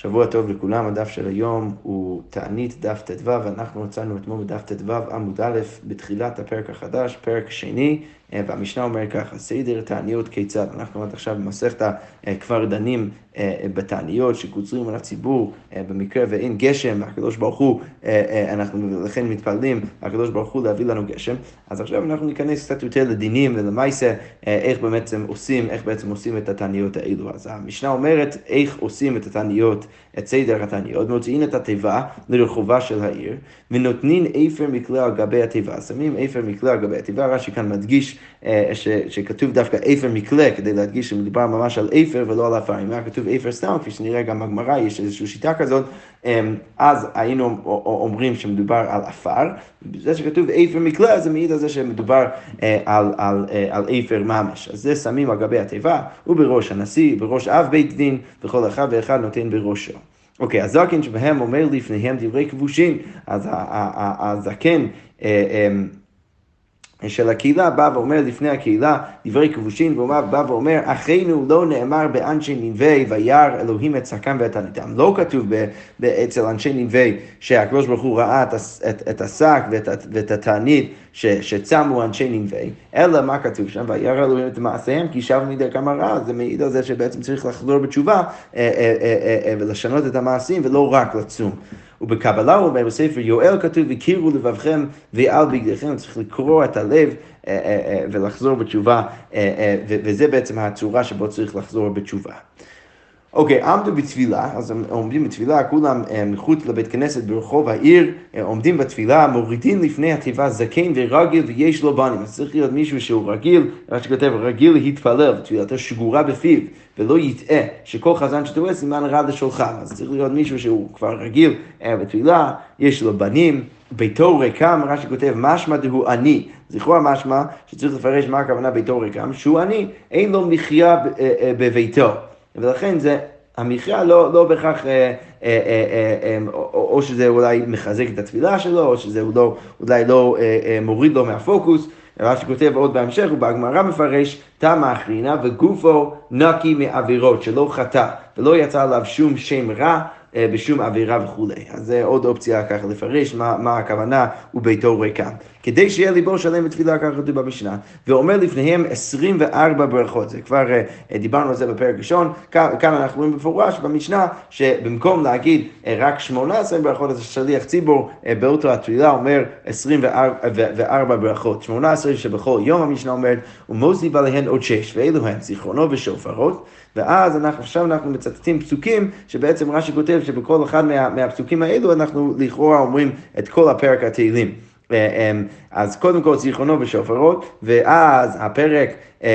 שבוע טוב לכולם, הדף של היום הוא תענית דף ט"ו, ואנחנו מצאנו אתמול בדף ט"ו עמוד א' בתחילת הפרק החדש, פרק שני, והמשנה אומר ככה, סדר תעניות כיצד. אנחנו עד עכשיו במסכת כבר דנים בתעניות שקוצרים על הציבור, במקרה ואין גשם, הקדוש ברוך הוא, אנחנו לכן מתפללים, הקדוש ברוך הוא להביא לנו גשם. אז עכשיו אנחנו ניכנס קצת יותר לדינים ולמעשה, איך בעצם עושים את התעניות האלו. אז המשנה אומרת איך עושים את התעניות, את סדר התעניות, מוציאים את התיבה לרחובה של העיר, ונותנים אפר מקלה על גבי התיבה, שמים אפר מקלה על גבי התיבה, רש"י כאן מדגיש שכתוב דווקא אפר מקלה, כדי להדגיש שמדובר ממש על אפר ולא על עפר. אם היה כתוב אפר סתם, כפי שנראה גם בגמרא, יש איזושהי שיטה כזאת, אז היינו אומרים שמדובר על עפר, זה שכתוב אפר מקלה, זה מעיד על זה שמדובר על אפר ממש. אז זה שמים על גבי התיבה, ובראש הנשיא, בראש אב בית דין, וכל אחד ואחד נותן בראשו. אוקיי, הזקן שבהם אומר לפניהם דברי כבושים, אז הזקן של הקהילה בא ואומר לפני הקהילה דברי כבושים, ובא ואומר, אחינו לא נאמר באנשי נינווה וירא אלוהים את שקם ואת תעניתם. לא כתוב אצל אנשי נינווה שהקדוש ברוך הוא ראה את השק ואת התענית שצמו אנשי נינווה, אלא מה כתוב שם? וירא אלוהים את מעשיהם כי שבו מידי כמה רע. זה מעיד על זה שבעצם צריך לחזור בתשובה ולשנות את המעשים ולא רק לצום. ובקבלה הוא אומר בספר יואל כתוב, הכירו לבבכם ועל בגדיכם, צריך לקרוא את הלב ולחזור בתשובה, וזה בעצם הצורה שבו צריך לחזור בתשובה. אוקיי, עמדו בתפילה, אז עומדים בתפילה, כולם מחוץ לבית כנסת ברחוב העיר, עומדים בתפילה, מורידים לפני התיבה זקן ורגיל ויש לו בנים. אז צריך להיות מישהו שהוא רגיל, מה שכתב, רגיל להתפלל, תפילתו שגורה בפיו, ולא יטעה, שכל חזן שטועה סימן רע לשולחיו. אז צריך להיות מישהו שהוא כבר רגיל בתפילה, יש לו בנים, ביתו ריקם, רש"י כותב, משמע דהוא עני. זכרו המשמע שצריך לפרש מה הכוונה ביתו ריקם, שהוא עני, אין לו מחיה בביתו. ולכן זה, המחיה לא בהכרח, או שזה אולי מחזק את התפילה שלו, או שזה אולי לא מוריד לו מהפוקוס. מה שכותב עוד בהמשך, ובגמרא מפרש, תמה אחרינה וגופו נקי מעבירות, שלא חטא, ולא יצא עליו שום שם רע, בשום עבירה וכו'. אז זה עוד אופציה ככה לפרש מה הכוונה וביתו ריקם. כדי שיהיה ליבו שלם בתפילה, ככה כתוב במשנה, ואומר לפניהם 24 ברכות. זה כבר דיברנו על זה בפרק ראשון, כאן אנחנו רואים בפורש במשנה, שבמקום להגיד רק 18 ברכות, אז השליח ציבור באותו התפילה אומר 24 ברכות. 18 שבכל יום המשנה אומרת, ומוסיף עליהן עוד 6, ואלו הם זיכרונו ושופרות, ואז עכשיו אנחנו מצטטים פסוקים, שבעצם רש"י כותב שבכל אחד מהפסוקים האלו אנחנו לכאורה אומרים את כל הפרק התהילים. אז קודם כל זיכרונו ושופרות, ואז הפרק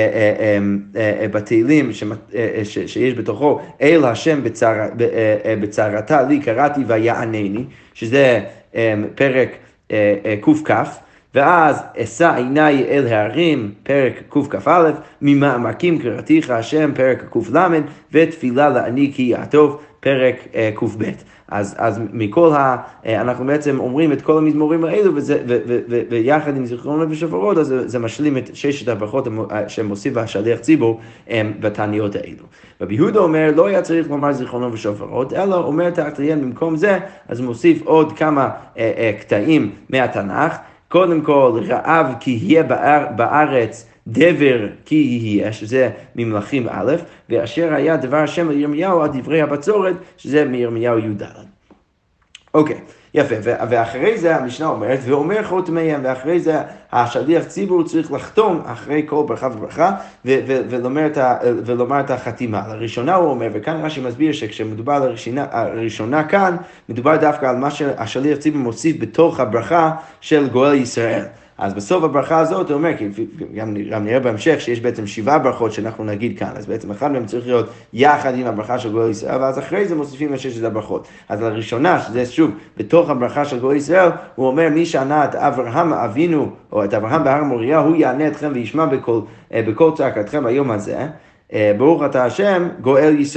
בתהילים שיש בתוכו, אל השם בצרתה לי קראתי ויענני, שזה פרק קוף, ואז אשא עיניי אל ההרים, פרק קכ"א, ממעמקים קראתיך השם, פרק קל"ד, ותפילה לעני כי יעטוף, פרק קב. אז מכל אנחנו בעצם אומרים את כל המזמורים האלו, ויחד עם זיכרונו ושופרות, אז זה משלים את 6 הברכות שמוסיף השליח ציבור בתעניות האלו. רבי יהודה אומר, לא היה צריך לומר זיכרונו ושופרות, אלא אומר תחתיהן במקום זה, אז מוסיף עוד כמה קטעים מהתנ"ך. קודם כל, רעב כי יהיה בארץ, דבר כי יהיה, שזה ממלכים א', ואשר היה דבר השם לירמיהו על דברי הבצורת, שזה מירמיהו י"ד. אוקיי, יפה, ואחרי זה המשנה אומרת, ואומר חותמיהם, ואחרי זה השליח ציבור צריך לחתום אחרי כל ברכה וברכה, ולומר את החתימה. לראשונה הוא אומר, וכאן רש"י מסביר שכשמדובר על הראשונה כאן, מדובר דווקא על מה שהשליח ציבור מוסיף בתוך הברכה של גואל ישראל. אז בסוף הברכה הזאת הוא אומר, גם נראה בהמשך שיש בעצם 7 ברכות שאנחנו נגיד כאן, אז בעצם אחד מהם צריך להיות יחד עם הברכה של גואל ישראל, ואז אחרי זה מוסיפים את 6 הברכות. אז לראשונה, שזה שוב, בתוך הברכה של גואל ישראל, הוא אומר, מי שענה את אברהם אבינו, או את אברהם בהר מוריה, הוא יענה אתכם וישמע בכל צעקתכם ביום הזה, ברוך אתה השם גואל ישראל.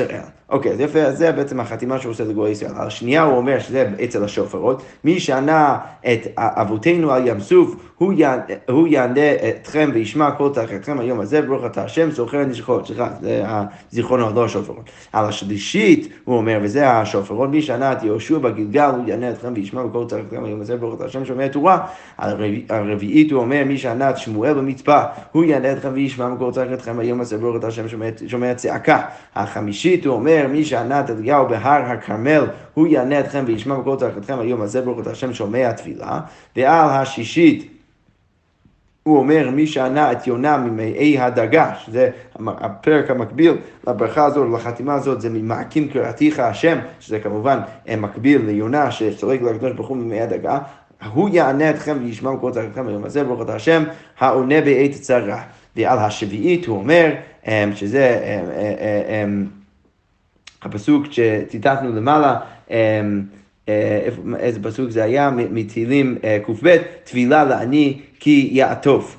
אוקיי, אז יפה, זה בעצם החתימה שהוא עושה לגוי ישראל. על השנייה הוא אומר שזה אצל השופרות, מי שענה את אבותינו על ים סוף, הוא יענה אתכם וישמע כל צעקתכם היום הזה, ברוך אתה השם, זוכר נשכות, סליחה, זה הזיכרונות, לא השופרות. על השלישית הוא אומר, וזה השופרות, מי שענה את יהושע בגלגל, הוא יענה אתכם וישמע כל צעקתכם היום הזה, ברוך אתה השם, שומע תורה. על הרביעית הוא אומר, מי שענה את שמואל במצפה, הוא יענה אתכם וישמע כל צעקתכם היום הזה, ברוך אתה השם, שומע צעקה. החמישית הוא אומר, מי שענה את אליהו בהר הכרמל, הוא יענה אתכם וישמע בכל צעקתכם היום הזה, ברוך אתה השם, שומע תפילה. ועל השישית הוא אומר, מי שענה את יונה ממאי הדגה, שזה הפרק המקביל לברכה הזאת, לחתימה הזאת, זה ממעקים קראתיך השם, שזה כמובן מקביל ליונה שצולג לקדוש ברוך הוא ממאי הדגה, הוא יענה אתכם וישמע בכל צעקתכם היום הזה, ברוך אתה השם, העונה בעת צרה. ועל השביעית הוא אומר, שזה הפסוק שציטטנו למעלה, איזה פסוק זה היה? מתהילים ק"ב, תפילה לעני כי יעטוף.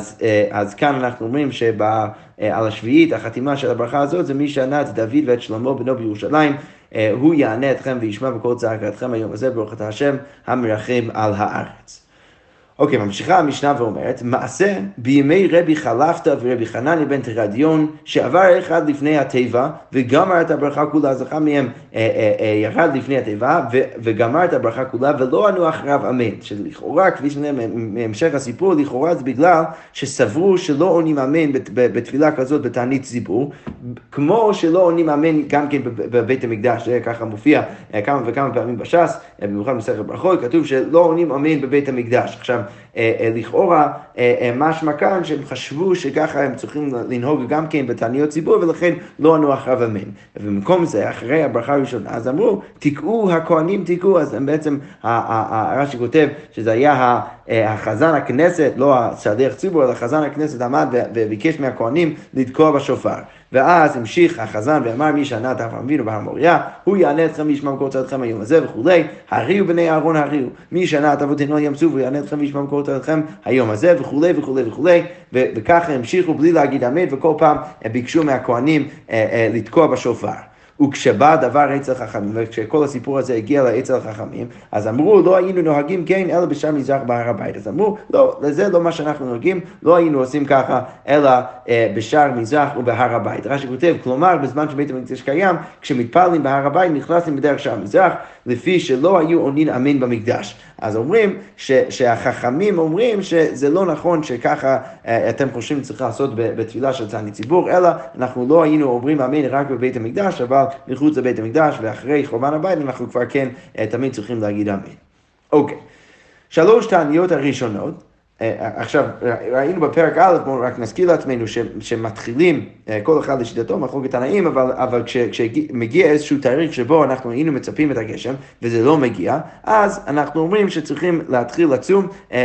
אז כאן אנחנו אומרים שעל השביעית, החתימה של הברכה הזאת, זה מי שענה את דוד ואת שלמה בנו בירושלים, הוא יענה אתכם וישמע בכל צעקתכם היום הזה, ברוך אתה השם המרחם על הארץ. אוקיי, ממשיכה המשנה ואומרת, מעשה בימי רבי חלפתא ורבי חנניה בן תרדיון, שעבר אחד לפני התיבה, וגמר את הברכה כולה, אז אחד מהם ירד לפני התיבה, וגמר את הברכה כולה, ולא ענו אחריו אמן. שלכאורה, כפי שנראה מהמשך הסיפור, לכאורה זה בגלל שסברו שלא עונים אמן בתפילה כזאת בתענית ציבור, כמו שלא עונים אמן גם כן בבית המקדש, זה ככה מופיע כמה וכמה פעמים בש"ס, במיוחד מסכת ברכות, כתוב שלא עונים אמן בבית המקדש. עכשיו, לכאורה, משמע כאן שהם חשבו שככה הם צריכים לנהוג גם כן בתעניות ציבור, ולכן לא ענו אחריו אמן. ובמקום זה, אחרי הברכה הראשונה, אז אמרו, תקעו, הכהנים תקעו, אז הם בעצם, רש"י כותב שזה היה החזן הכנסת, לא השליח ציבור, אלא חזן הכנסת עמד וביקש מהכהנים לתקוע בשופר. ואז המשיך החזן ואמר, מי שענה את אברהם אבינו בהר מוריה, הוא יענה אתכם וישמע בקול צעקתכם היום הזה וכולי, הריעו בני אהרון הריעו, מי שענה את אבותינו על ים סוף, הוא יענה אתכם וישמע בקול צעקתכם היום הזה וכולי וכולי וכולי, וככה המשיכו בלי להגיד אמן, וכל פעם ביקשו מהכהנים לתקוע בשופר. וכשבא דבר אצל חכמים, וכשכל הסיפור הזה הגיע לאצל חכמים, אז אמרו, לא היינו נוהגים כן, אלא בשער מזרח בהר הבית. אז אמרו, לא, זה לא מה שאנחנו נוהגים, לא היינו עושים ככה, אלא בשער מזרח ובהר הבית. רש"י כותב, כלומר, בזמן שבית המקדש קיים, כשמתפללים בהר הבית, נכנסים בדרך שער מזרח, לפי שלא היו עונים אמן במקדש. אז אומרים שהחכמים אומרים שזה לא נכון שככה אתם חושבים צריך לעשות בתפילה של תענית ציבור, אלא אנחנו לא היינו אומרים אמן רק בבית המקדש, אבל מחוץ לבית המקדש ואחרי חורבן הבית אנחנו כבר כן תמיד צריכים להגיד אמן. אוקיי, 3 תעניות הראשונות. עכשיו, ראינו בפרק א', בואו רק נזכיר לעצמנו שמתחילים כל אחד לשיטתו, מחלוקת תנאים, אבל כשמגיע איזשהו תאריך שבו אנחנו היינו מצפים את הגשם, וזה לא מגיע, אז אנחנו אומרים שצריכים להתחיל לצום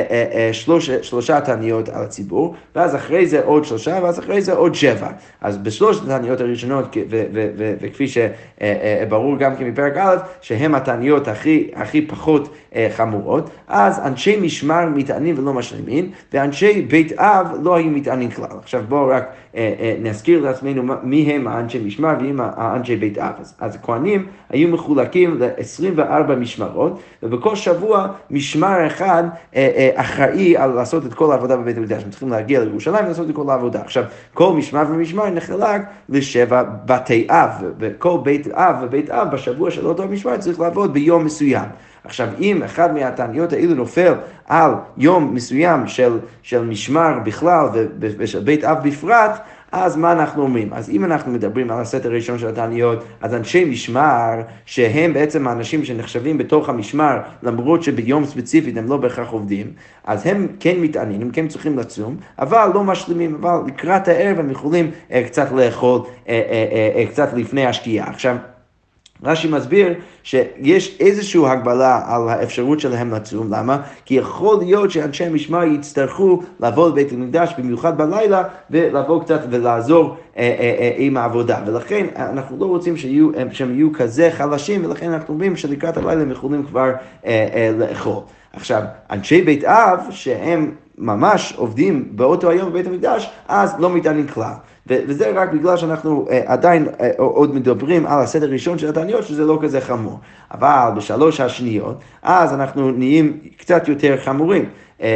3 תעניות על הציבור, ואז אחרי זה עוד 3, ואז אחרי זה עוד 7. אז ב3 התעניות הראשונות, וכפי שברור גם כן מפרק א', שהם התעניות הכי פחות חמורות, אז אנשי משמר מתענים ולא משלימים, ואנשי בית אב לא היו מתענים כלל. עכשיו בואו רק נזכיר לעצמנו מי הם האנשי משמר ואם האנשי בית אב. אז הכהנים היו מחולקים ל-24 משמרות, ובכל שבוע משמר אחד אחראי על לעשות את כל העבודה בבית המקדש. הם צריכים להגיע לירושלים ולעשות את כל העבודה. עכשיו, כל משמר ומשמר נחלק ל7 בתי אב, וכל בית אב ובית אב בשבוע של אותו משמר צריך לעבוד ביום מסוים. עכשיו, אם אחד מהתעניות האלו נופל על יום מסוים של משמר בכלל ושל בית אב בפרט, אז מה אנחנו אומרים? אז אם אנחנו מדברים על הסט הראשון של התעניות, אז אנשי משמר, שהם בעצם האנשים שנחשבים בתוך המשמר, למרות שביום ספציפית הם לא בהכרח עובדים, אז הם כן מתענים, הם כן צריכים לצום, אבל לא משלימים, אבל לקראת הערב הם יכולים קצת לאכול, קצת לפני השקיעה. עכשיו, רש"י מסביר שיש איזושהי הגבלה על האפשרות שלהם לצום. למה? כי יכול להיות שאנשי המשמר יצטרכו לבוא לבית המקדש, במיוחד בלילה, ולבוא קצת ולעזור עם העבודה. ולכן אנחנו לא רוצים שהם יהיו כזה חלשים, ולכן אנחנו אומרים שלקראת הלילה הם יכולים כבר לאכול. עכשיו, אנשי בית אב, שהם ממש עובדים באותו היום בבית המקדש, אז לא מתענים כלל. וזה רק בגלל שאנחנו עדיין עוד מדברים על הסדר הראשון של התעניות, שזה לא כזה חמור. אבל בשלוש השניות, אז אנחנו נהיים קצת יותר חמורים.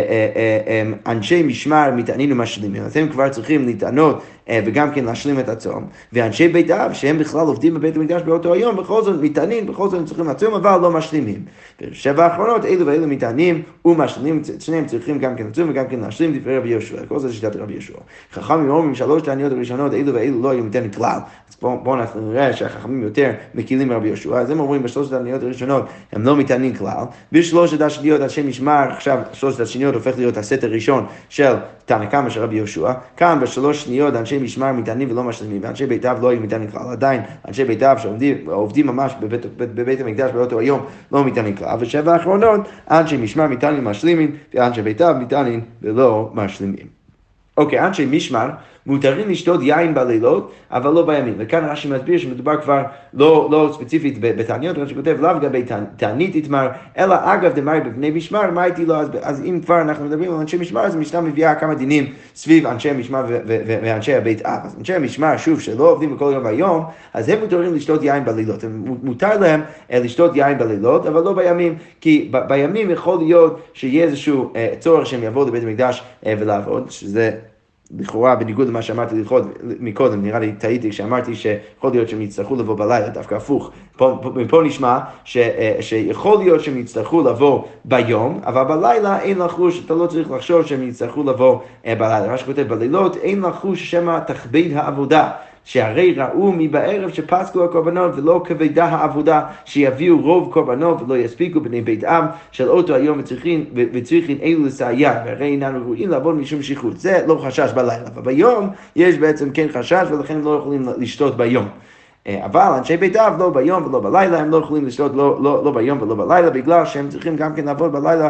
אנשי משמר מתענים ומשלימים, אז הם כבר צריכים להתענות וגם כן להשלים את הצום, ואנשי בית אב שהם בכלל עובדים בבית המקדש באותו היום, בכל זאת מתענים, בכל זאת הם צריכים לצום, אבל לא משלימים. בשבע האחרונות אלו ואלו מתענים ומשלימים, שניהם צריכים גם כן לצום וגם כן להשלים, דברי רבי יהושע, כל זה שיטת רבי יהושע. חכמים אומרים שלוש תעניות הראשונות אלו ואלו לא היו מתענים כלל, אז בואו נראה שהחכמים יותר מקילים מרבי יהושע, אז הם אומרים בשלוש תעניות הראשונות הם לא מתענים כלל, בשלושת השניות אנשי משמר, עכשיו שלושת השניות הופך להיות הסט הראשון של תנא קמא של רבי יהושע, כאן בשלוש שניות אנשי משמר מתענים ולא משלימים, ואנשי בית אב לא היו מתענים כלל, עדיין אנשי בית אב שעובדים ממש בבית המקדש באותו היום לא מתענים כלל, ושבע האחרונות אנשי משמר מתענים ומשלימים, ואנשי בית אב מתענים ולא משלימים. אוקיי, אנשי משמר מותרים לשתות יין בלילות, אבל לא בימים. וכאן רש"י מסביר שמדובר כבר לא ספציפית בתעניות, רש"י כותב לאו לגבי תענית יתמר, אלא אגב דמרי בבני משמר, מה איתי לו? אז אם כבר אנחנו מדברים על אנשי משמר, אז המשנה מביאה כמה דינים סביב אנשי המשמר ואנשי הבית אב. אז אנשי המשמר, שוב, שלא עובדים בכל יום והיום, אז הם מותרים לשתות יין בלילות. מותר להם לשתות יין בלילות, אבל לא בימים, כי בימים יכול להיות שיהיה איזשהו צורך שהם יבואו לבית המקדש ולעבוד, שזה לכאורה, בניגוד למה שאמרתי מקודם, נראה לי טעיתי כשאמרתי שיכול להיות שהם יצטרכו לבוא בלילה, דווקא הפוך. פה נשמע שיכול להיות שהם יצטרכו לבוא ביום, אבל בלילה אין לחוש, אתה לא צריך לחשוב שהם יצטרכו לבוא בלילה. מה שכותב בלילות, אין לחוש שמה תכבד העבודה. שהרי ראו מבערב שפסקו הקורבנות ולא כבדה העבודה שיביאו רוב קורבנות ולא יספיקו בני בית אב של אותו היום וצריכים אלו לסייע והרי איננו ראויים לעבוד משום שכרות. זה לא חשש בלילה, אבל ביום יש בעצם כן חשש ולכן לא יכולים לשתות ביום. אבל אנשי בית אב לא ביום ולא בלילה, הם לא יכולים לשתות לא ביום ולא בלילה, בגלל שהם צריכים גם כן לעבוד בלילה,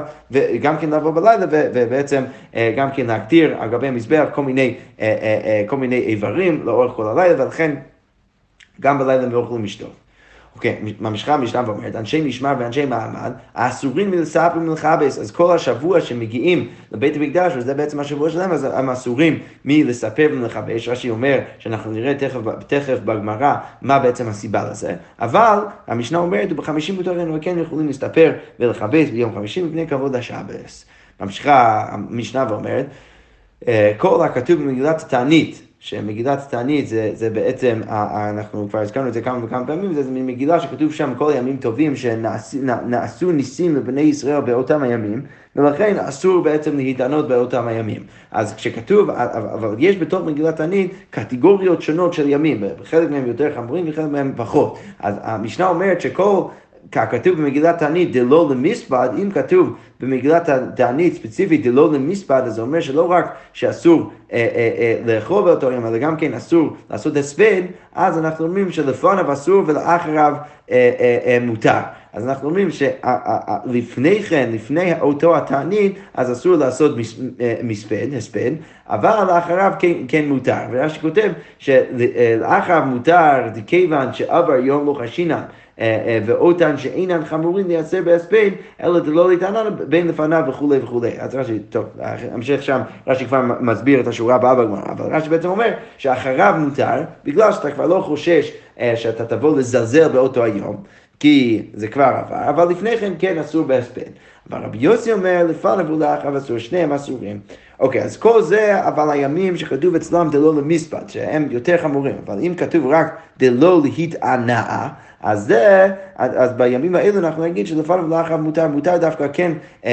ובעצם גם כן להקטיר על גבי המזבח כל מיני איברים לאורך כל הלילה, ולכן גם בלילה הם לא יכולים לשתות. אוקיי, ממשיכה המשנה ואומרת, אנשי משמר ואנשי מעמד, האסורים מלספר ומלכבס, אז כל השבוע שמגיעים לבית המקדש, וזה בעצם השבוע שלהם, אז הם אסורים מלספר ומלכבס, רש"י אומר שאנחנו נראה תכף בגמרא מה בעצם הסיבה לזה, אבל המשנה אומרת, ובחמישים מותרים וכן יכולים לספר ולכבס ביום חמישי מפני כבוד השבס. ממשיכה המשנה ואומרת, כל הכתוב במגילת התענית, שמגילת התענית זה בעצם, אנחנו כבר הזכרנו את זה כמה וכמה פעמים, זה מגילה שכתוב שם כל הימים טובים שנעשו ניסים לבני ישראל באותם הימים, ולכן אסור בעצם להתענות באותם הימים. אז כשכתוב, אבל יש בתוך מגילת התענית קטגוריות שונות של ימים, חלק מהם יותר חמורים וחלק מהם פחות. אז המשנה אומרת שכל ככתוב במגילת התענית דלא למספד, אם כתוב במגילת התענית ספציפית דלא למספד, אז זה אומר שלא רק שאסור לאכול באותו יום, אלא גם כן אסור לעשות הספד, אז אנחנו אומרים שלפניו אסור ולאחריו מותר. אז אנחנו אומרים שלפני כן, לפני אותו התענית, אז אסור לעשות הספד, אבל לאחריו כן מותר. ורש"י כותב שלאחריו מותר, כיוון שעבר יום לא חשינן, ואותן שאינן חמורים לייצר בהספד, אלא דלא להתענן בין לפניו וכו' וכו'. אז רש"י, טוב, המשך שם, רש"י כבר מסביר את השורה הבאה בגמרא, אבל רש"י בעצם אומר שאחריו מותר, בגלל שאתה כבר לא חושש שאתה תבוא לזלזל באותו היום, כי זה כבר עבר, אבל לפני כן אסור בהספד. אבל רבי יוסי אומר, לפניו ולאחריו אסור, שניהם אסורים. אוקיי, אז כל זה, אבל הימים שכתוב אצלם דלא למספד, שהם יותר חמורים, אבל אם כתוב רק דלא להתענאה, אז בימים האלו אנחנו נגיד שלפניו ולאחריו מותר דווקא כן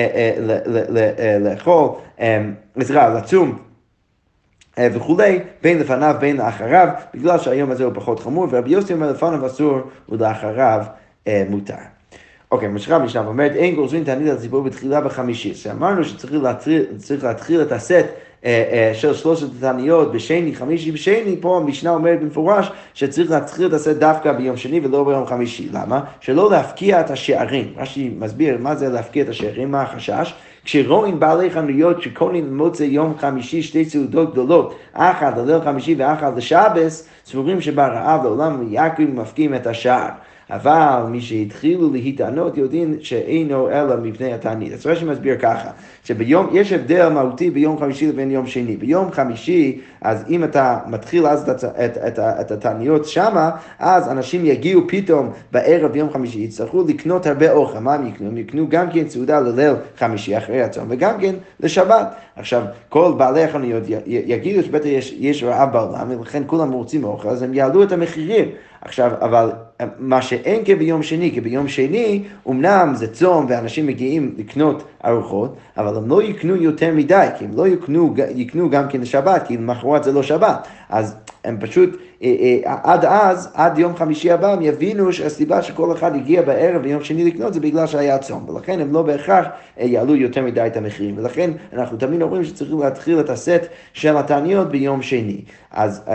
לאכול, לצום וכולי, בין לפניו בין לאחריו, בגלל שהיום הזה הוא פחות חמור, ורבי יוסי אומר לפניו אסור ולאחריו מותר. אוקיי, משנה משנה אומרת, אין גוזרים תענית לציבור בתחילה בחמישי, שאמרנו שצריך להתחיל את הסט של שלושת התעניות בשני, חמישי בשני, פה המשנה אומרת במפורש שצריך להתחיל את הסט דווקא ביום שני ולא ביום חמישי. למה? שלא להפקיע את השערים. רש"י מסביר מה זה להפקיע את השערים, מה החשש? כשרואים בעלי חנויות שקונים למוצא יום חמישי שתי סעודות גדולות, אחת לליל חמישי ואחת לשבס, סבורים שברעב לעולם יעקבים מפקיעים את השער. אבל מי שהתחילו להתענות יודעים שאינו אלא מפני התענית. אז רש"י מסביר ככה, שביום, יש הבדל מהותי ביום חמישי לבין יום שני. ביום חמישי, אז אם אתה מתחיל אז את התעניות שמה, אז אנשים יגיעו פתאום בערב ביום חמישי, יצטרכו לקנות הרבה אוכל. מה הם יקנו? הם יקנו גם כן סעודה לליל חמישי אחרי הצום, וגם כן לשבת. עכשיו, כל בעלי החנויות יגידו שבטח יש רעב בעולם, ולכן כולם רוצים אוכל, אז הם יעלו את המחירים. עכשיו, אבל מה שאין כביום שני, כי ביום שני, אמנם זה צום ואנשים מגיעים לקנות ארוחות, אבל הם לא יקנו יותר מדי, כי הם לא יקנו גם כן לשבת, כי למחרת זה לא שבת. אז הם פשוט, עד יום חמישי הבא, הם יבינו שהסיבה שכל אחד הגיע בערב ביום שני לקנות, זה בגלל שהיה צום, ולכן הם לא בהכרח יעלו יותר מדי את המחירים. ולכן אנחנו תמיד אומרים שצריכים להתחיל את הסט של התעניות ביום שני. אז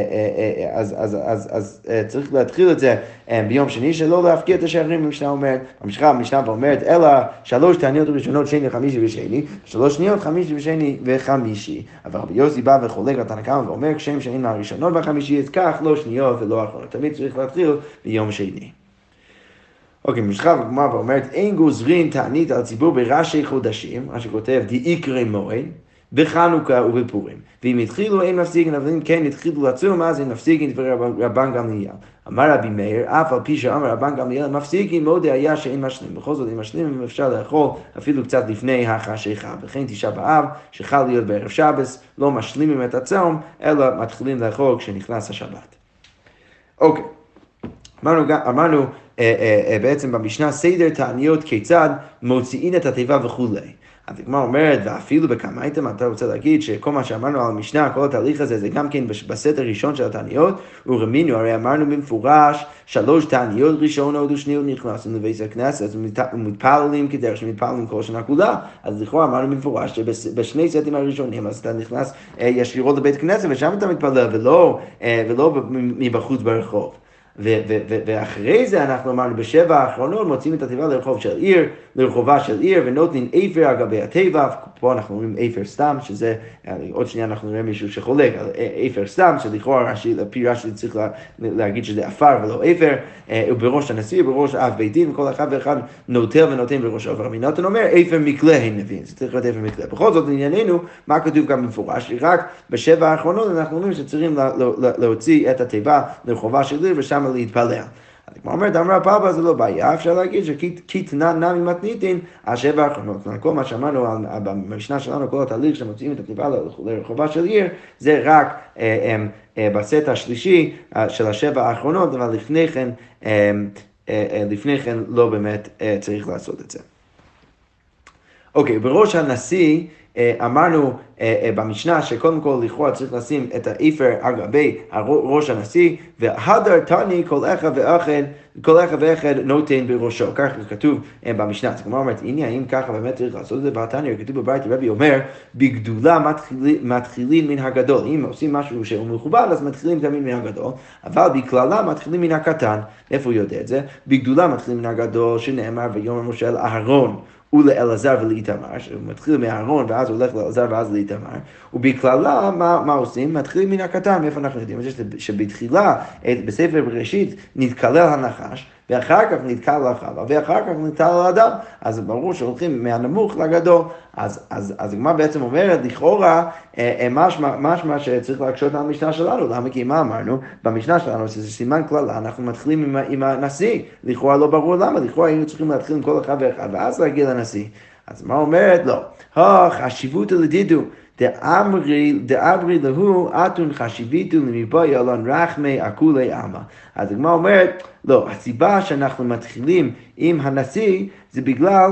צריך להתחיל את זה ביום שני, שלא להפקיע את השערים. המשנה אומרת, המשנה אומרת, אלא 3 תעניות ראשונות, שני, חמישי ושני, 3 שניות, חמישי ושני וחמישי. אבל רבי יוסי בא וחולק על תנא קמא ואומר, כשם שאין מהראשונות והחמישי, אז כך לא שניות ולא אחרונות. תמיד צריך להתחיל ביום שני. אוקיי, משחק בגמרא ואומרת, אין גוזרין תענית על ציבור בראשי חודשים, מה שכותב דאיקרי מועד, בחנוכה ובפורים. ואם התחילו אין מפסיקים, אבל אם כן התחילו לצום, אז אין מפסיקים, דברי רבן גמליאל. אמר רבי מאיר, אף על פי שאמר רבן גמליאל, מפסיקים מאוד היה שאין משלים. בכל זאת, אם משלים, אפשר לאכול אפילו קצת לפני החשיכה. וכן תשעה באב, שחל להיות בערב שבס, לא משלימים את הצום, אלא מתחילים לאכול כשנכנס השבת. אוקיי. אמרנו בעצם במשנה סדר תעניות כיצד מוציאים את התיבה וכולי. אז הגמרא אומרת, ואפילו בקמייתם, אתה רוצה להגיד שכל מה שאמרנו על המשנה, כל התהליך הזה, זה גם כן בסט הראשון של התעניות, ורמינו, הרי אמרנו במפורש, 3 תעניות ראשונות ושניות נכנסים לבית הכנסת, אז מתפללים כדרך שמתפללים כל שנה כולה, אז לכאורה אמרנו במפורש שבשני סטים הראשונים, אז אתה נכנס ישירות לבית הכנסת, ושם אתה מתפלל, ולא מבחוץ ברחוב. ואחרי זה אנחנו אמרנו בשבע האחרונות מוצאים את התיבה לרחובה של עיר ונותנים אפר על גבי התיבה. פה אנחנו אומרים אפר סתם, שזה עוד שנייה אנחנו נראה מישהו שחולק על אפר סתם, שלכאורה לפי רש"י צריך להגיד שזה אפר ולא אפר, ובראש הנשיא ובראש אב בית דין, וכל אחד ואחד נוטל ונותן בראשו. ורבי נתן אומר אפר מקלה הם נבין, זה צריך להיות אפר מקלה. בכל זאת לענייננו, מה כתוב גם במפורש? רק בשבע האחרונות אנחנו אומרים שצריכים להוציא את התיבה לרחובה של עיר ושם להתפלל. אז כמו אומרת, אמרה פאפה זה לא בעיה, אפשר להגיד שכתנן נמי מתניתין, השבע האחרונות. כל מה שאמרנו במשנה שלנו, כל התהליך שמוצאים את התיבה לרחובה של עיר, זה רק בסט השלישי של השבע האחרונות, אבל לפני כן לא באמת צריך לעשות את זה. אוקיי, בראש הנשיא, אמרנו במשנה שקודם כל לכאורה צריך לשים את האפר על גבי ראש הנשיא, והדר תני כל אחד ואחד נותן בראשו. כך כתוב במשנה. אז כמו אומרת, הנה, האם ככה באמת צריך לעשות את זה בתניא? כתוב בברייתא, רבי אומר, בגדולה מתחילים מן הגדול. אם עושים משהו שהוא מכובד, אז מתחילים תמיד מן הגדול, אבל בכללה מתחילים מן הקטן. איפה הוא יודע את זה? בגדולה מתחילים מן הגדול, שנאמר ויאמר משה אל אהרון ולאלעזר ולאיתמר, שהוא מתחיל מאהרון ואז הולך לאלעזר ואז לאיתמר, ובכללה מה עושים? מתחילים מן הקטן. מאיפה אנחנו יודעים? שבתחילה, בספר בראשית, נתקלל הנחש, ואחר כך נתקל לחווה, ואחר כך נתקל על האדם, אז ברור שהולכים מהנמוך לגדול. אז הגמרא בעצם אומרת, לכאורה, משמע שצריך להקשות על המשנה שלנו. למה? כי מה אמרנו? במשנה שלנו, שזה סימן כללה, אנחנו מתחילים עם הנשיא. לכאורה לא ברור למה, לכאורה היינו צריכים להתחיל עם כל אחד ואחד, ואז להגיע לנשיא. אז מה אומרת? לא. חשיבות לדידו. דאמרי להו אתון חשיביתו למיבוי אלון רחמי אקולי עמה. אז הגמרא אומרת, לא, הסיבה שאנחנו מתחילים עם הנשיא זה בגלל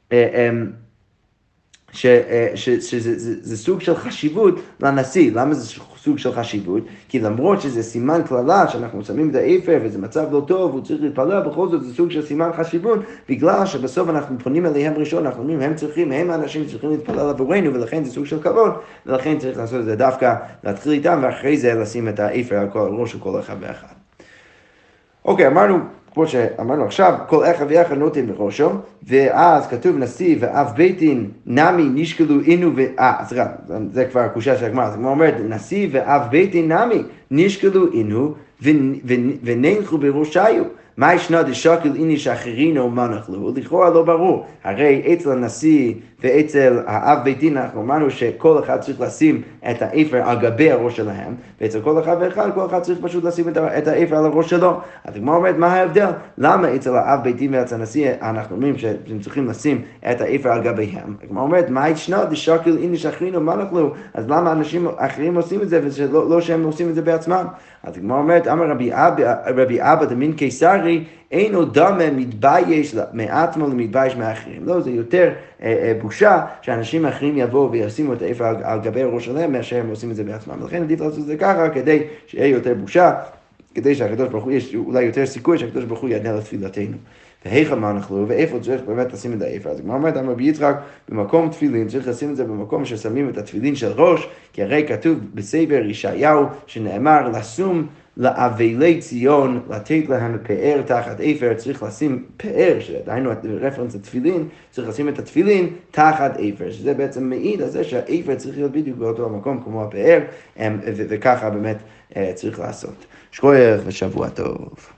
שזה סוג של חשיבות לנשיא. למה זה סוג של חשיבות? כי למרות שזה סימן כללה שאנחנו שמים את האפר וזה מצב לא טוב, הוא צריך להתפלל, בכל זאת זה סוג של סימן חשיבות, בגלל שבסוף אנחנו פונים אליהם ראשון, אנחנו אומרים, הם האנשים שצריכים להתפלל עבורנו, ולכן זה סוג של כבוד, ולכן צריך לעשות את זה דווקא, להתחיל איתם, ואחרי זה לשים את האפר על ראש של כל אחד ואחד. אוקיי, אמרנו, כמו שאמרנו עכשיו, כל אחד ואחד נותן בראשו, ואז כתוב נשיא ואב בית דין נמי נשקלו אינו סליחה, זה כבר הקושיה של הגמרא. אז הגמרא אומרת, נשיא ואב בית דין נמי נשקלו אינו ונחו בראשיו. מה ישנה דשקיל איניש אחרינו מה נחלו? לכאורה לא ברור. הרי אצל הנשיא ואצל האב בית דין אנחנו אמרנו שכל אחד צריך לשים את האפר על גבי הראש שלהם, ואצל כל אחד ואחד, כל אחד צריך פשוט לשים את האפר על הראש שלו. אז הגמרא אומרת, מה ההבדל? למה אצל האב בית דין ואצל הנשיא אנחנו אומרים שהם צריכים לשים את האפר על גביהם? הגמרא אומרת, מה ישנה דשקיל איניש אחרינו מה נחלו? אז למה אנשים אחרים עושים את זה ולא שהם עושים את זה בעצמם? אז הגמרא אומרת, אמר רבי אבא דמין קיסרי, אינו דמה מתבייש מעצמו למתבייש מאחרים. לא, זה יותר בושה שאנשים אחרים יבואו וישימו את האפר על גבי הראש שלהם מאשר הם עושים את זה בעצמם. לכן עדיף לעשות את זה ככה כדי שיהיה יותר בושה, כדי שהקדוש ברוך הוא, יש אולי יותר סיכוי שהקדוש ברוך הוא יענה לתפילתנו. והיכן מה אנחנו, ואיפה צריך באמת לשים את האפר? אז כמו אומרת, אמר רבי יצחק, במקום תפילין, צריך לשים את זה במקום ששמים את התפילין של ראש, כי הרי כתוב בספר ישעיהו, שנאמר, לשום לאבלי ציון, לתת להם פאר תחת אפר, צריך לשים פאר, שדהיינו רפרנס לתפילין, צריך לשים את התפילין תחת אפר, שזה בעצם מעיד על זה שהאפר צריך להיות בדיוק באותו המקום כמו הפאר, וככה באמת צריך לעשות. שכוייך ושבוע טוב.